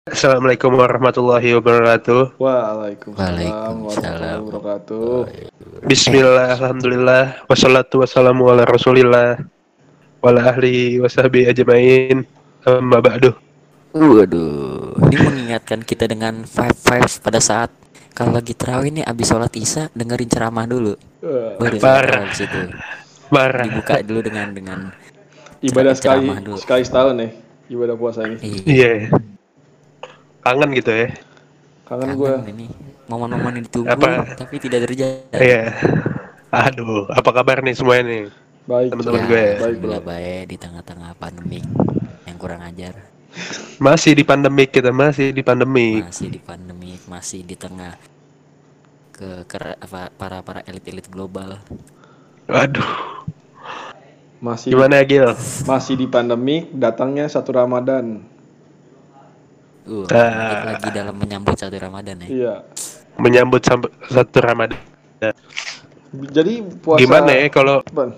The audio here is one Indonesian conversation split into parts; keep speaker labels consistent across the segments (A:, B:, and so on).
A: Assalamualaikum warahmatullahi wabarakatuh.
B: Waalaikumsalam warahmatullahi
C: Waalaikumsalam.
B: wabarakatuh.
A: Bismillah, alhamdulillah, wassalatu wassalamu ala rasulillah, wala ahli washabi ajmain, amma ba'du.
C: Waduh, ini mengingatkan kita dengan five pada saat kalau lagi terawih nih abis sholat isya dengerin ceramah dulu. Baru
A: Parah.
C: habis itu
A: Marah.
C: dibuka dulu dengan
B: Ibadah
C: ceramah dulu.
B: sekali setahun ya, ibadah puasa ini.
A: Iya. Kangen gitu ya.
B: Kangen gue.
C: Ini momen-momen yang ditunggu
A: Apa?
C: tapi tidak terjadi.
A: Iya. Aduh, apa kabar nih semuanya nih?
B: Baik.
A: Teman-teman
C: Ya,
A: gue.
C: alhamdulillah baik di tengah-tengah pandemi yang kurang ajar.
A: Masih di pandemik kita, masih di pandemik.
C: Masih di tengah para elit-elit global.
A: Aduh,
B: Masih
A: gimana ya Gil?
B: masih di pandemi, datangnya satu Ramadan.
C: Kita lagi dalam menyambut satu Ramadan ya.
B: Iya.
A: Menyambut satu Ramadan.
B: Jadi puasa
A: Gimana ya kalau
B: Bang,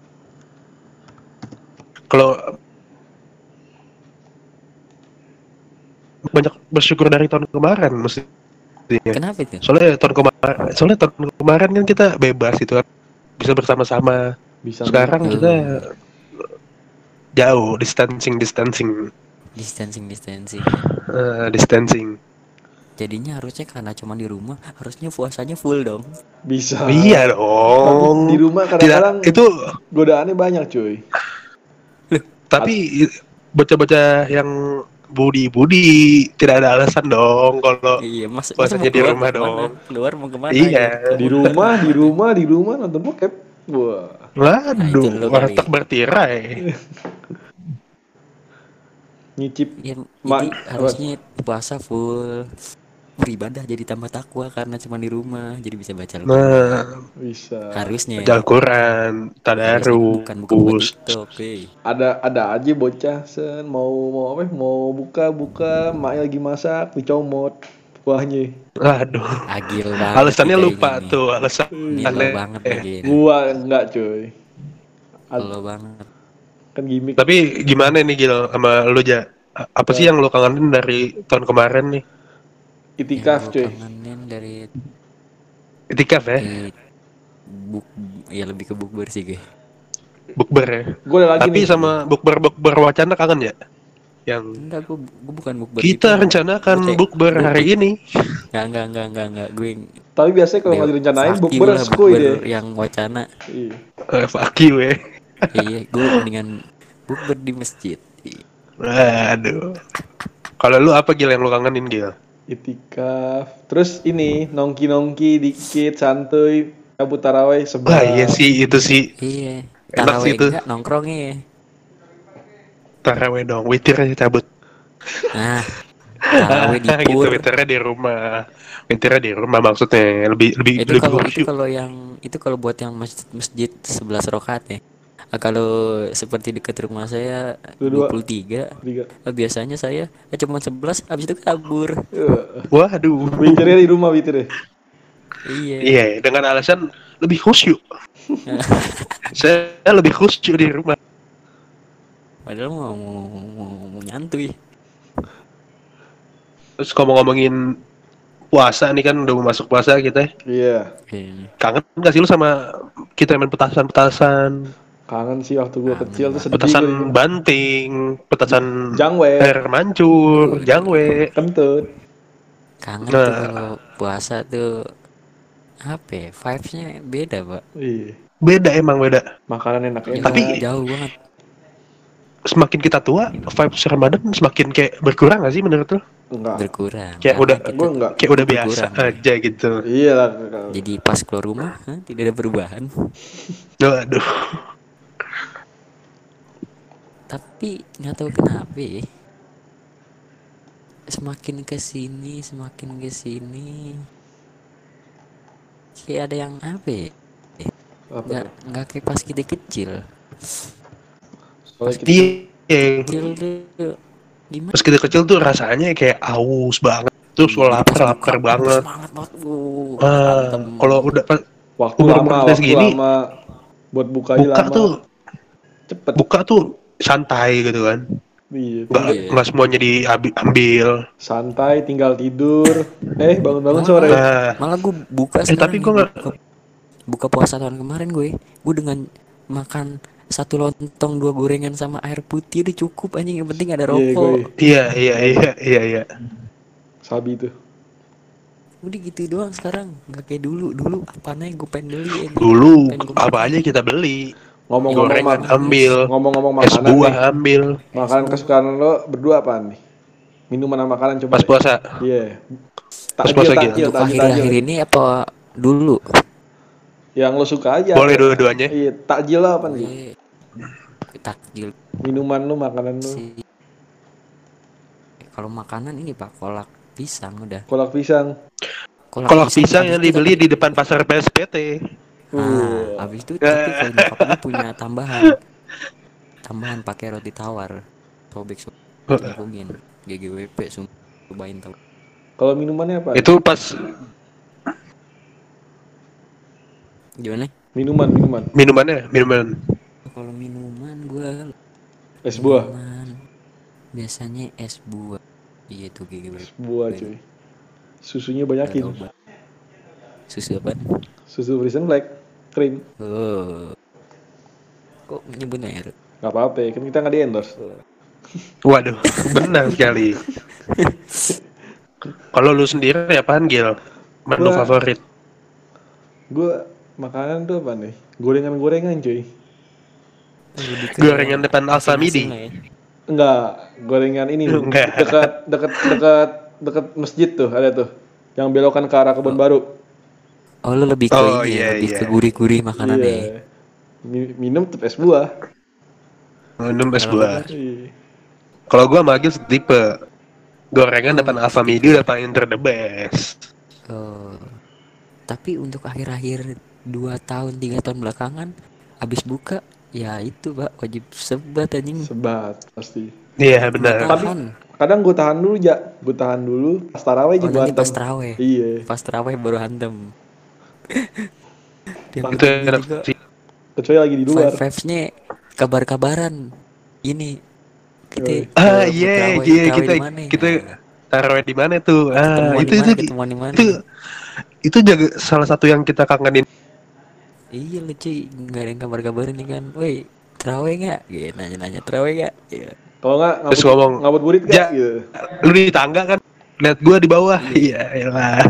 A: banyak bersyukur dari tahun kemarin mestinya.
C: Kenapa itu?
A: Soalnya tahun kemarin kan kita bebas itu kan, bisa bersama-sama.
B: bisa
A: Sekarang
C: nih.
A: kita jauh, distancing. Distancing.
C: Jadinya harusnya karena cuma di rumah, harusnya puasanya full dong.
B: bisa.
A: Iya dong.
B: Di rumah kadang-kadang
A: Tidak, itu
B: godaannya banyak, cuy.
A: tapi bocah-bocah yang budi tidak ada alasan dong kalau
C: Iya, masa
A: puasanya
C: mau
A: di
C: keluar
A: rumah
C: mau kemana?
A: dong.
C: Keluar mau kemana?
A: Iya.
B: Di rumah nonton bokep. Wah.
C: Nah, itu
A: Waduh,
C: lo kali.
A: warteg bertirai.
B: Nyicip
C: Ya,
B: Ma-
C: jadi harusnya puasa full beribadah jadi tambah takwa karena cuma di rumah, jadi bisa baca Al-Quran.
A: Nah,
B: bisa.
C: Harusnya.
A: baca Al-Quran,
C: Harusnya,
A: tadarus.
C: bukan buka TikTok,
B: Ada aja bocah sen mau buka maknya lagi masak dicomot kuahnya.
A: Aduh.
C: Agil banget.
A: Alasannya
C: sih
A: lupa
C: kayaknya
A: tuh,
C: nih.
A: alasan.
C: Ini lo banget lagi ini.
B: Gua enggak, cuy.
C: Lo banget.
B: Kan gimmick.
A: Tapi gimana nih Gil sama lu Ja? Apa sih yang lu kangenin dari tahun kemarin nih?
B: Itikaf,
C: Yang
B: cuy.
C: lo kangenin dari
A: Itikaf ya?
C: ya lebih ke bukber sih gue.
A: Bukber ya?
B: Gua ada lagi
A: Tapi
B: nih.
A: sama bukber wacana kangen ya? Yang
C: Enggak, gue bukan bukber.
A: kita
C: gitu.
A: rencanakan
C: Gue kayak-
A: bukber hari ini.
C: Enggak. Gue
B: Tapi biasanya kalau nggak direncanain
C: fuck you
B: bukber
C: lah,
B: skuy
C: bukber
B: deh.
C: yang wacana.
B: Iya.
A: Fuck you ya.
C: Iya, gue mendingan bukber di masjid.
A: Aduh. Kalau lu apa Gil yang lu kangenin Gil?
B: Itikaf. Terus ini nongki dikit santuy cabut tarawih
A: Wah
B: sebelah.
A: iya sih, itu sih.
C: Iya.
A: Enak sih
C: Tarawih
A: itu.
C: enggak nongkrongnya.
A: Taraweh dong, witir aja cabut.
C: Nah, tarawih di
A: gitu,
C: pur.
A: witirnya di rumah. Witirnya di rumah maksudnya lebih
C: Itu
A: khusyuk.
C: kalau buat yang masjid 11 rakaat ya. Kalau seperti dekat rumah saya
B: Dua.
C: 23,
B: Tiga.
C: biasanya saya cuma 11 habis itu kabur.
A: Waduh.
B: Witirnya di rumah witirnya.
C: Iya.
A: Iya, dengan alasan lebih khusyuk. Saya lebih khusyuk di rumah.
C: Padahal mau nyantui.
A: Terus ngomongin puasa nih kan udah mau masuk puasa kita.
B: Iya.
A: Kangen nggak sih lu sama kita main petasan?
B: Kangen sih waktu gua kecil tuh sedih.
A: Petasan
B: gua.
A: banting, petasan
B: Jangwe.
A: air mancur, jangwe.
B: Kentut.
C: Kangen tuh kalau puasa tuh apa ya? Vibes-nya beda, Pak.
B: Iya.
A: Beda emang beda.
B: Makanan enak-enak.
A: Tapi-
C: jauh banget.
A: Semakin kita tua, vibes Ramadan semakin kayak berkurang nggak sih menurut lu?
B: Enggak.
C: Berkurang.
A: Kayak
C: Karena
A: udah-
C: kita
B: Gua enggak.
A: Kayak udah biasa
C: berkurang.
A: aja gitu.
B: Iya lah.
C: Jadi pas keluar rumah tidak ada perubahan.
A: Aduh.
C: Tapi nggak tahu kenapa ya. Semakin kesini kayak ada yang apa ya?
B: Apa?
C: Nggak kayak pas kita kecil.
B: Soalnya kita
A: Iya.
C: Kecil tuh gimana?
A: Pas kita kecil tuh rasanya kayak aus banget. Terus lapar banget.
C: Semangat banget.
A: Kalau udah pas
B: waktu
A: umur-umur
B: lama,
A: segini,
B: buat bukanya
A: buka
B: lama.
A: tuh
B: Cepet.
A: santai gitu kan.
B: Iya,
A: Nggak semuanya diambil.
B: santai, tinggal tidur. Bangun-bangun sore.
A: Nah,
C: Malah gue buka sekarang
A: tapi
C: nih,
A: gue nggak.
C: buka puasa tahun kemarin gue dengan makan satu lontong, 2 gorengan sama air putih udah cukup anjing, yang penting ada
B: Iya,
C: rokok.
A: Iya.
B: Sabi tuh.
C: Udah gitu doang sekarang, nggak kayak dulu apa nih gue pengen beli anjing.
A: Dulu
C: Pengen gua
A: apa
C: makan.
A: aja kita beli.
B: Ngomong-ngomong
A: Gorengan
C: mak-
A: ambil,
B: ngomong-ngomong
A: es
B: makanan
A: buah
B: nih.
A: ambil.
B: Makanan kesukaan lo berdua apaan nih? Minuman sama makanan coba
A: Pas
B: deh.
A: puasa.
B: Iya.
A: Pas puasa gitu.
C: Untuk akhir-akhir ini apa dulu?
B: Yang lo suka aja.
A: Boleh dua-duanya.
B: Iya, takjil lo apa nih?
C: Gue takjil
B: Minuman lo, makanan lo.
C: sih. Kalau makanan ini Pak, kolak pisang udah.
B: Kolak pisang.
A: Kolak pisang yang
C: habis itu
A: dibeli di depan pasar PSPT.
C: Habis itu tapi kalau nyokap gue punya tambahan pakai roti tawar, sobek mungkin GGWP cobain tau.
B: Kalau minumannya apa?
A: Itu pas
C: Gimana?
B: Minuman.
A: minuman.
C: Kalau minuman gue
B: Es buah.
C: biasanya es buah. Iya tuh GGWP.
B: Es buah cuy. Susunya banyakin.
C: Susu apa?
B: Susu Frisian Black Cream.
C: Oh. Kok nyebut air?
B: Gak apa-apa, kan kita nggak di endorse.
A: Waduh, benar sekali. Kalau lu sendiri apaan Gil? Menu
B: Gua-
A: favorit?
B: Gue makanan tuh apa nih? Gorengan cuy.
A: Gorengan depan Alfamidi.
B: Enggak, gorengan ini nih.
A: Enggak.
B: Dekat masjid tuh ada tuh. Yang belokan ke arah Kebun Baru.
C: Oh lu lebih ke
A: Oh,
C: ini
A: iya,
C: ya, lebih
A: iya.
C: ke gurih-gurih makanannya.
B: Iya. Minum tuh es buah.
A: Minum es buah.
B: Iya.
A: Kalau gua manggil tipe gorengan depan Alfamidi udah paling the best.
C: Oh. Tapi untuk akhir-akhir 2 tahun 3 tahun belakangan abis buka ya itu Pak, wajib sebat anjing.
B: Sebat pasti.
A: Iya benar.
C: Tahan.
B: Kadang gue tahan dulu gue tahan dulu. Pas taraweh
C: Oh,
B: juga
C: nanti
B: hantem.
C: pas taraweh.
B: Iya.
C: Pas taraweh baru hantem. Yang
A: Itu
C: penting
A: enak
C: juga
A: sih.
B: Kecuali lagi di luar.
C: Five-nya kabar-kabaran. Ini kita
A: Iya, kita taruh di mana tuh?
C: ketemuan di mana?
A: Itu juga salah satu yang kita kangenin.
C: Iya lu cuy, nggak ada yang kabar-kabarin nih kan. Woi, terawih nggak? Gitu, nanya-nanya terawih nggak? Iya.
B: Kalau nggak
A: Terus ngomong,
B: ngabut burit
A: "Ja,
B: gak? Gitu.
A: Lu di tangga kan? Lihat gua di bawah." Iya, elah.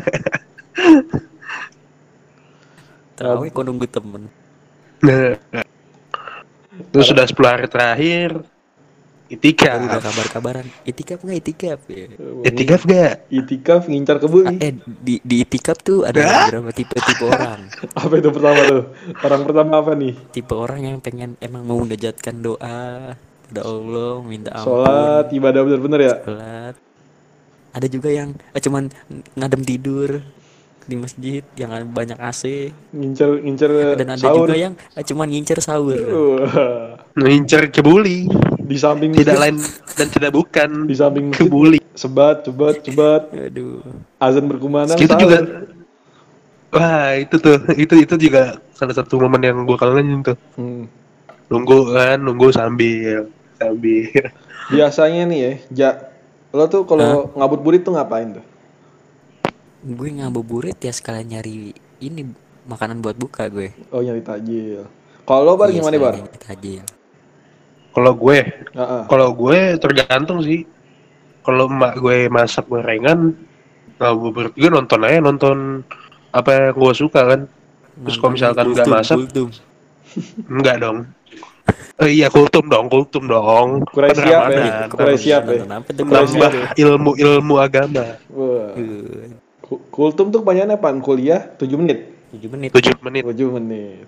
C: Terawih kok nunggu temen.
A: Nah, terus sudah 10 hari terakhir
C: Baru udah
A: itikaf.
C: kabar-kabaran. Itikaf nggak itikaf? Ya.
A: Itikaf gak?
B: Itikaf ngincar kebun.
C: Di itikaf tuh ada beberapa tipe orang.
B: Apa itu pertama tuh? Orang pertama apa nih?
C: Tipe orang yang pengen emang mau menjatkan doa pada Allah, minta ampun.
B: Sholat, ibadah bener-bener ya?
C: Sholat. Ada juga yang cuman ngadem tidur di masjid yang banyak AC.
B: Ngincer
C: Dan ada
B: sahur.
C: juga yang cuman ngincer sahur.
B: Wah.
A: Ngincer kebuli.
B: Di samping
A: Tidak
B: masjid,
A: lain dan tidak bukan
B: di samping masjid,
A: kebuli.
B: sebat.
C: Aduh.
B: Azan berkumandang.
A: Itu
B: sahur.
A: juga. Wah, itu juga salah satu momen yang gua kangenin tuh. Nunggu sambil.
B: Biasanya nih lo tuh kalau ngabuburit tuh ngapain tuh?
C: Gue ngabuburit ya sekalian nyari ini makanan buat buka gue.
B: Oh, nyari takjil. Kalau lo Bar gimana Bar?
C: Nyari takjil.
A: Kalau
B: Heeh.
A: gue tergantung sih. Kalau emak gue masak gorengan, ngabuburit gue nonton apa yang gue suka kan. Terus kalau misalkan nggak masak, enggak dong. Iya kultum dong.
B: Kurang
A: Kan
B: siap
A: Ramadan.
B: ya. Kurang siap ya.
A: Nambah ilmu agama.
B: Wah. Kultum tuh kebanyakan apaan? Kuliah 7 menit.
C: 7 menit.
A: 7 menit.
B: 7 menit.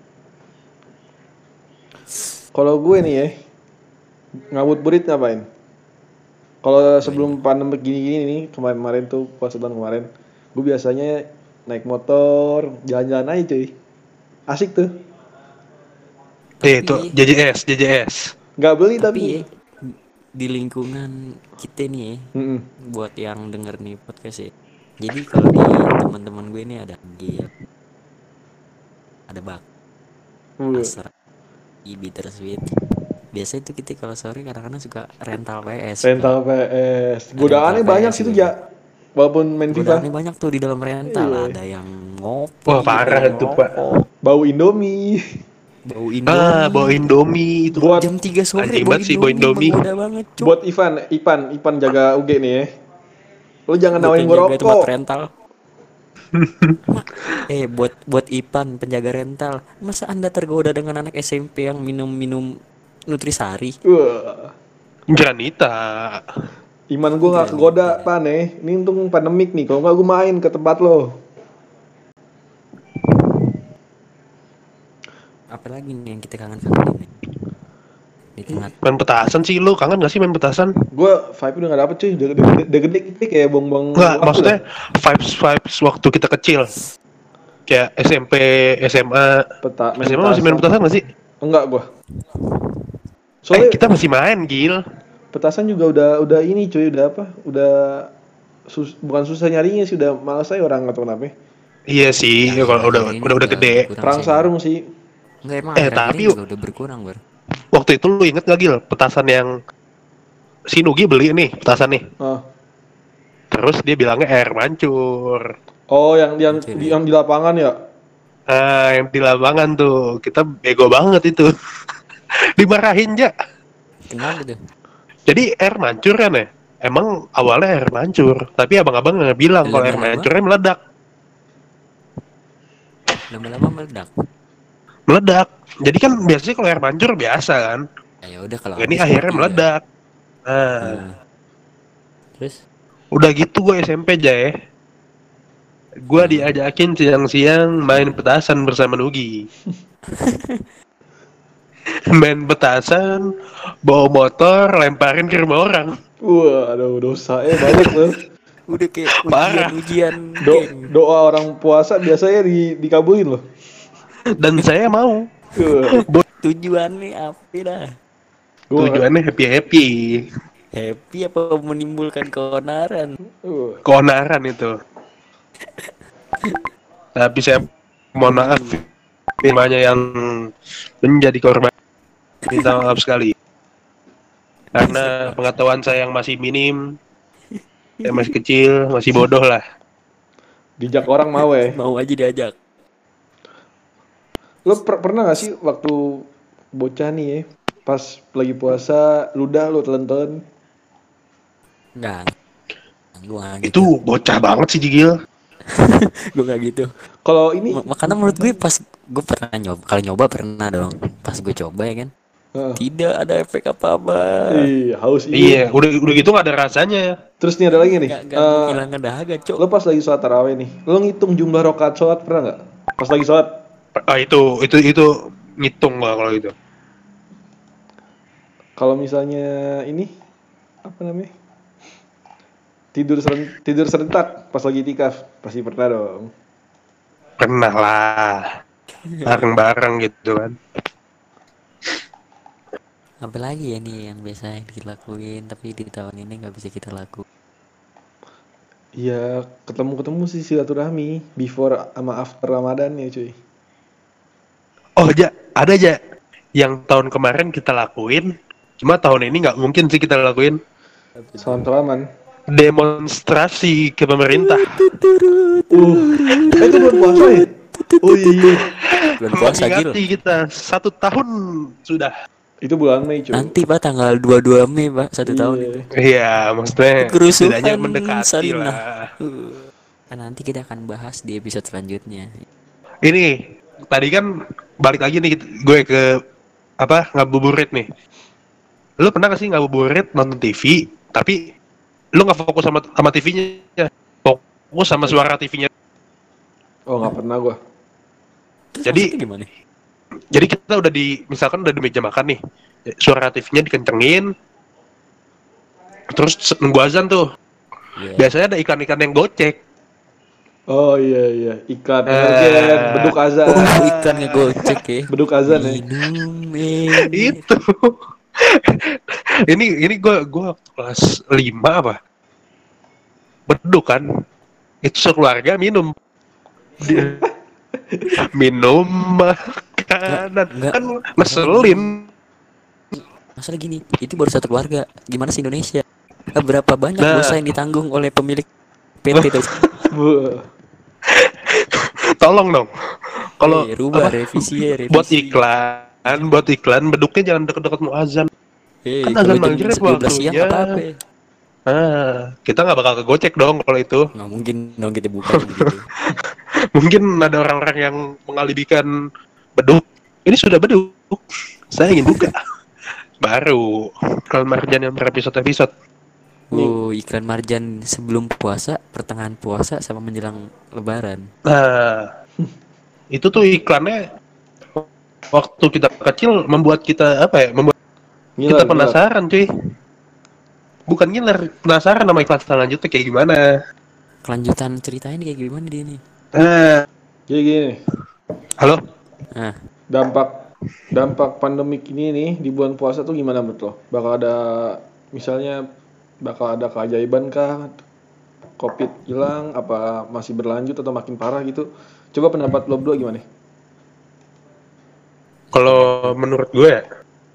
B: Kalau gue nih ngabuburit ngapain? Kalau sebelum pandemi gini-gini nih, kemarin tuh puasa tahun kemarin, gue biasanya naik motor, jalan-jalan aja cuy. Asik tuh.
A: Itu JJS.
B: Nggak beli
C: Tapi
B: tapi.
C: di lingkungan kita nih
B: Mm-mm.
C: buat yang denger nih podcast ya. Jadi kalau di teman-teman gue ini ada Gil, ada Bak, Asra, Bittersweet, Biasa itu kita kalau sore kadang-kadang suka rental PS.
B: Rental PS. Godaannya banyak situ ya. Walaupun main FIFA.
C: Godaannya banyak tuh di dalam rental.
B: Iya.
C: Ada yang ngopi,
A: Wah, parah
C: ada yang
A: tuh, Pak.
C: rokok,
B: Bau Indomie.
C: bau Indomie.
A: Bawa Indomie itu.
B: Buat
C: Jam 3 sore
A: anjing
C: bau
A: banget sih, bau
C: Indomie.
A: Indomie.
C: Menggoda banget, Cuk.
B: buat Ipan jaga UG nih ya. Lu jangan nawarin gua
C: Penjaga tempat
B: rokok.
C: rental. Buat Ipan penjaga rental. Masa Anda tergoda dengan anak SMP yang minum Nutrisari?
B: Wah.
A: Granita.
B: Iman gua nggak kegoda, Pan nih. Ini untung pandemik nih. Kalau nggak gua main ke tempat lo.
C: Apalagi nih yang kita kangen-kangen nih? Di tengah
A: Main petasan sih lu, kangen gak sih main petasan?
B: Gua vibe udah nggak dapet cuy. Udah gede gitu kayak bong-bong.
A: Enggak,
B: waktu
A: maksudnya
B: dah.
A: vibes waktu kita kecil. Kayak SMP, SMA. SMA masih main petasan gak sih?
B: Enggak gua. Soalnya
A: Kita masih main, Gil.
B: petasan juga udah ini cuy, udah apa? Bukan susah nyarinya sih, udah malas saya orang atau kenapa.
A: Iya sih, kalau udah gede.
B: Perang sarung sih.
C: Enggak emang
A: tapi
C: juga udah berkurang, Bar.
A: waktu itu lu inget gak, Gil, petasan yang si Nugi beli nih, petasan nih.
B: Oh.
A: Terus dia bilangnya air mancur.
B: Oh, yang di lapangan ya?
A: Ah, yang di lapangan tuh, kita bego banget itu. Dimarahin ya.
C: Kenapa tuh?
A: Jadi air mancur kan ya? Emang awalnya air mancur, tapi abang-abang nggak bilang kalau air
C: Lama-lama?
A: mancurnya meledak.
C: Lama-lama meledak.
A: Meledak. Jadi kan biasanya kalau air mancur biasa kan.
C: Ya udah kalau
A: Ini
C: habis
A: akhirnya
C: mati
A: meledak.
C: ya.
A: Nah,
C: Terus
A: udah gitu gue SMP aja ya. Gue diajakin siang-siang main petasan bersama Nugi. Main petasan, bawa motor, lemparin ke rumah orang.
B: Wah, aduh dosa banyak tuh.
C: udah kayak
A: Parah.
C: ujian geng.
B: Doa orang puasa biasanya dikabulin loh.
A: Dan saya mau.
C: Tujuannya apa dah?
A: Tujuannya happy-happy.
C: Happy apa menimbulkan keonaran?
A: Keonaran itu. Tapi saya mohon maaf semuanya yang menjadi korban. Minta maaf sekali. Karena pengetahuan saya yang masih minim, saya masih kecil, masih bodoh lah.
B: Dijak orang mau
C: Mau aja diajak.
B: Lo pernah gak sih waktu bocah nih ya, pas lagi puasa, ludah lo telan-telan?
C: Enggak. Gua nggak gitu.
A: Itu bocah banget sih, Jigil.
C: Gue gak gitu.
B: Kalau ini
C: Makanya menurut gue pas gue pernah nyoba, kalau nyoba pernah dong. Pas gue coba ya kan, tidak ada efek apa-apa.
B: haus ini.
A: Iya, udah gitu nggak ada rasanya.
B: Terus nih ada lagi nih.
C: Gak menghilangkan dahaga, Cok.
B: Lo pas lagi sholat tarawih nih, lo ngitung jumlah rakaat sholat pernah nggak? Pas lagi sholat?
A: Ah, itu ngitung lah kalau itu.
B: Kalau misalnya ini apa namanya? Tidur serentak pas lagi itikaf, pasti pernah dong.
A: Pernah lah. Bareng-bareng gitu kan.
C: Apa lagi ya nih yang biasa dilakuin tapi di tahun ini nggak bisa kita lakukan?
B: Iya, ketemu sih silaturahmi before sama after Ramadan ya cuy.
A: Oh, ada aja yang tahun kemarin kita lakuin, cuma tahun ini nggak mungkin sih kita lakuin.
B: Salam-salaman.
A: Demonstrasi ke pemerintah.
B: Itu bulan puasa ya? Oh iya.
C: Bulan puasa Gil.
A: Mengingati kita 1 tahun sudah.
B: Itu bulan Mei cuy.
C: Nanti Pak tanggal 22 Mei Pak 1 tahun itu.
A: Iya, maksudnya
C: Kerusuhan
A: setidaknya mendekati
C: Sarinah.
A: lah.
C: Kan nanti kita akan bahas di episode selanjutnya.
A: Ini tadi kan balik lagi nih gue ke ngabuburit nih. Lu pernah gak sih ngabuburit nonton TV tapi lu nggak fokus sama TV-nya, fokus sama suara TV-nya.
B: Oh nggak pernah gua.
C: Terus
A: Jadi
C: maksudnya gimana?
A: Jadi kita misalkan udah di meja makan nih, suara TV-nya dikencengin, terus nunggu azan tuh.
C: Yeah.
A: Biasanya ada ikan-ikan yang gocek.
B: Oh iya, ikan emergen, beduk azan.
C: Oh, ikan ngegocek ya.
B: Beduk azan ya.
C: Minum
A: Itu. ini gue kelas 5 apa? Beduk kan. Itu sekeluarga minum. Minum makanan.
C: Enggak.
A: Kan ngeselin.
C: Masalah gini, itu baru satu keluarga. Gimana sih Indonesia? Berapa banyak dosa yang ditanggung oleh pemilik PT tersebut?
A: Tolong dong. Kalau
C: Rubah
A: apa?
C: revisi ya,
A: Buat
C: revisi.
A: iklan, beduknya jangan deket-deket mau azan. Kan
C: Kalau
A: azan
C: jam
A: maghrib
C: 12 siang
A: waktunya.
C: apa-apa.
A: Kita nggak bakal kegocek dong kalau itu.
C: Nggak mungkin dong kita buka jam begitu.
A: Mungkin ada orang-orang yang mengalibikan beduk. Ini sudah beduk. Saya ingin buka. Baru kalau marjan yang berepisode-episode.
C: Iklan marjan sebelum puasa, pertengahan puasa, sama menjelang lebaran.
A: Nah, itu tuh iklannya waktu kita kecil membuat kita apa ya? Membuat kita penasaran, cuy. Bukan ngiler, penasaran sama iklan selanjutnya kayak gimana.
C: Kelanjutan cerita ini kayak gimana dia nih?
B: Jadi gini.
A: Halo.
B: Dampak pandemik ini nih di bulan puasa tuh gimana menurut lo? Bakal ada keajaiban kah? Covid hilang, apa masih berlanjut atau makin parah gitu? Coba pendapat lo berdua gimana?
A: Kalau menurut gue ya,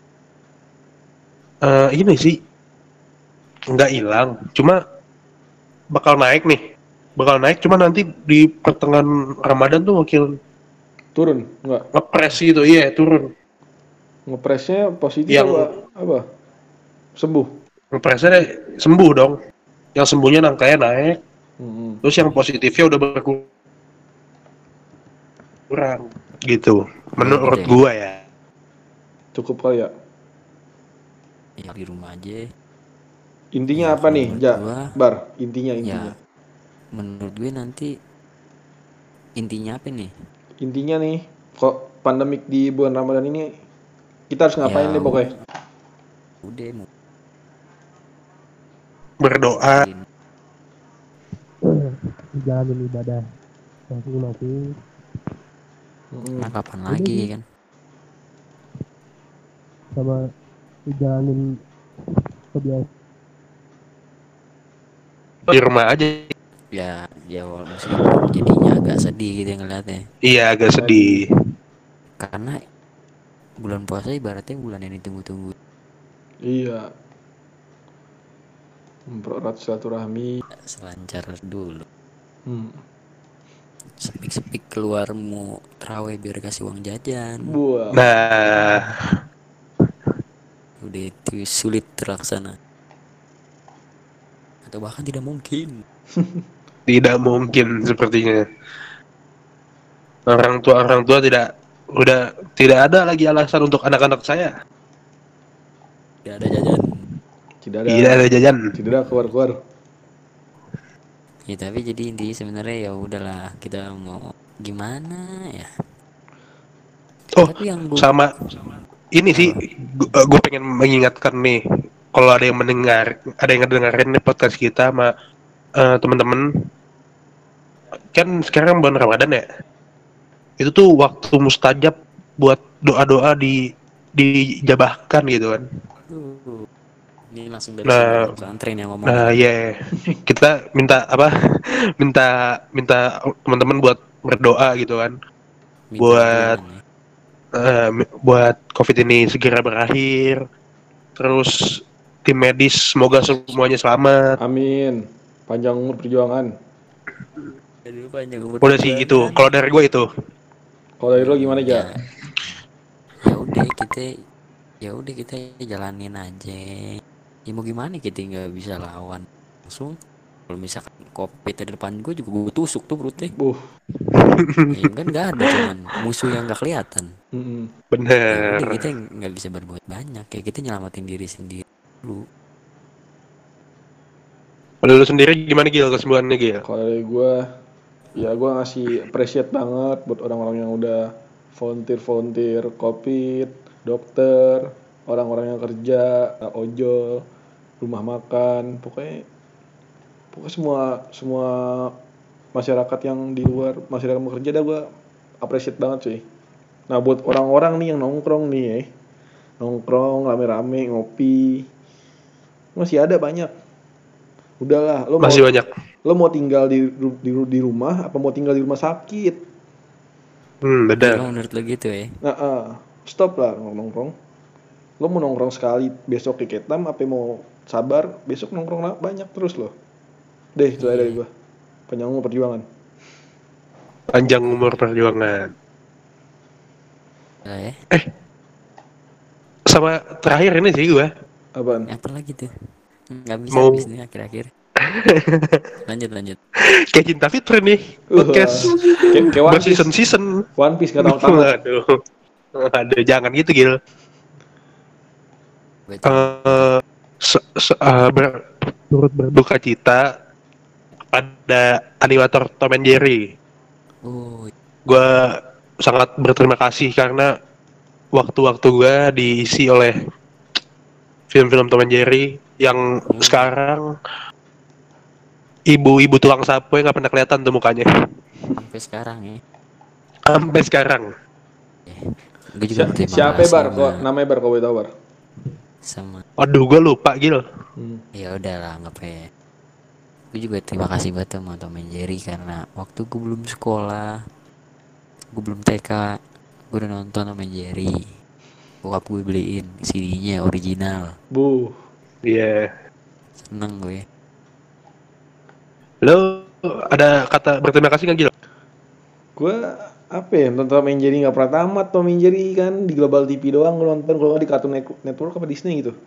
A: ini sih nggak hilang, cuma bakal naik, cuma nanti di pertengahan Ramadan tuh makin
B: turun, nggak?
A: Ngepres gitu, iya turun.
B: Ngepresnya positif apa? Sembuh?
A: Ngepresnya sembuh dong, yang sembuhnya angkanya naik, terus yang positifnya udah berkurang, gitu. Menurut gua ya.
B: Cukup kali ya?
C: Ya di rumah aja.
B: Intinya apa nih, Bar? Intinya.
C: Ya, menurut gue nanti intinya apa nih?
B: Intinya nih, kok pandemik di bulan Ramadan ini kita harus ngapain deh pokoknya?
C: Udah
A: berdoa,
D: jalanin ibadah masing-masing.
C: Nah, kapan lagi kan?
D: Sama jalanin kebiasaan
A: di rumah aja.
C: Ya meskipun jadinya agak sedih gitu ngeliatnya.
A: Iya, agak sedih.
C: Karena bulan puasa ibaratnya bulan yang ditunggu-tunggu.
B: Iya. Mempererat silaturahmi.
C: Selancar dulu. Sepik-sepik keluar mau terawih biar kasih uang jajan.
A: Nah,
C: udah itu sulit terlaksana. Atau bahkan tidak mungkin.
A: Tidak mungkin sepertinya. Orang tua tidak ada lagi alasan untuk anak-anak saya.
C: Tidak ada jajan.
B: Tidak ada jajan. Tidak ada keluar.
C: Ya tapi jadi intinya sebenarnya ya udahlah, kita mau gimana ya.
A: Tapi yang sama ini sih gue pengen mengingatkan nih, kalau ada yang ngedengerin nih podcast kita sama teman-teman, kan sekarang bulan Ramadan ya, itu tuh waktu mustajab buat doa-doa dijabahkan gitu kan.
C: Ini langsung dari pesantren yang ngomong.
A: Nah, kita minta teman-teman buat berdoa gitu kan, buat COVID ini segera berakhir, terus tim medis semoga semuanya selamat.
B: Amin. Panjang umur perjuangan.
A: Udah sih itu. Kalau dari gue itu.
B: Kalau dari lo gimana aja?
C: Ya udah kita jalanin aja. Ya mau gimana, kita nggak bisa lawan langsung. Kalau misalkan COVID di depan gue juga gue tusuk tuh perutnya. Ya kan nggak ada, cuman musuh yang nggak kelihatan.
A: Bener.
C: Ya kita nggak bisa berbuat banyak. Kayak kita nyelamatin diri sendiri dulu.
A: Kalau lu sendiri gimana Gil, kesembuhannya Gil?
B: Kalau dari gue, ya gue ngasih appreciate banget buat orang-orang yang udah volunteer COVID, dokter, orang-orang yang kerja, ojol, rumah makan, pokoknya semua masyarakat yang di luar, masyarakat bekerja dah gue appreciate banget sih. Nah buat orang-orang nih yang nongkrong rame-rame ngopi, masih ada banyak. Udahlah, lo mau tinggal di rumah apa mau tinggal di rumah sakit?
A: Benar.
C: Menurut lo gitu ya?
B: Stop lah nongkrong. Lo mau nongkrong sekali besok ke Ketam, apa mau sabar besok nongkrong banyak terus lo. Deh, itu aja dari gua. Panjang umur perjuangan.
A: Panjang umur perjuangan.
C: Ya.
A: Sama terakhir ini sih gua.
B: Apaan?
C: Apa lagi tuh? Nggak bisa
A: Mau-
C: habis nih akhir-akhir. Lanjut.
A: Kayak Cinta Fitri nih podcast.
B: Kayak One Piece.
A: Berseason-season.
B: One Piece nggak tamat.
A: Aduh, jangan gitu Gil. Turut berduka cita pada animator Tom and Jerry. Gue sangat berterima kasih karena waktu-waktu gue diisi oleh film-film Tom and Jerry yang sekarang ibu-ibu tukang sapu yang nggak pernah kelihatan tuh mukanya.
C: Sampai sekarang ya.
A: Sampai sekarang.
C: Gue juga berterima
B: Siapa
C: kasih
B: Bar?
C: sama-
B: Kok namanya Bar? Kau tahu Bar?
C: sama
A: Aduh, gue lupa Gil.
C: ya udahlah nggak apa ya. Gue juga terima kasih banget sama Tom and Jerry karena waktu gue belum sekolah, gue belum TK, gue udah nonton Tom and Jerry. Bokap gue beliin CD-nya original.
B: Bu.
A: Iya.
C: Seneng gue.
A: Lo ada kata berterima kasih nggak Gil?
B: Gue apa ya, nonton Tom and Jerry nggak pernah tamat. Tom and Jerry kan di Global TV doang gue nonton, kalau nggak di Cartoon Network apa Disney gitu.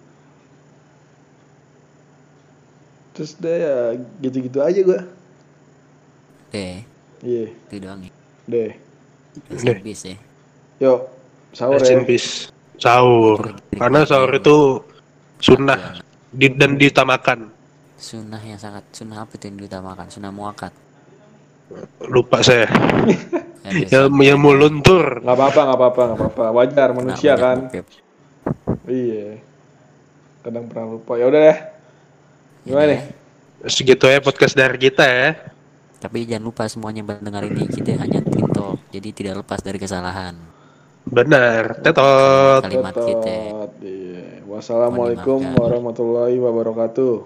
B: Terus deh ya gitu-gitu aja gue.
C: Deh,
B: Iya,
C: itu doang ya.
B: deh.
C: Habis ya.
B: Yuk, sahur
A: Rest
B: ya.
A: in peace. Sahur. Karena sahur itu sunnah dan diutamakan.
C: Sunnah yang sangat sunnah apa tuh yang diutamakan? Sunnah muakat.
A: Lupa saya.
C: Ada
A: yang mau luntur.
B: Nggak apa-apa. Wajar manusia
C: banyak
B: kan.
C: bokep.
B: Iya. Kadang pernah lupa. Ya udah deh. Gimana nih?
A: Segitu ya podcast dari kita ya.
C: Tapi jangan lupa semuanya mendengar ini kita hanya TikTok, jadi tidak lepas dari kesalahan.
A: Benar. Tetot.
C: Kalimat kita.
B: Iya. Wassalamualaikum
C: Mohon dimaafkan.
B: warahmatullahi wabarakatuh.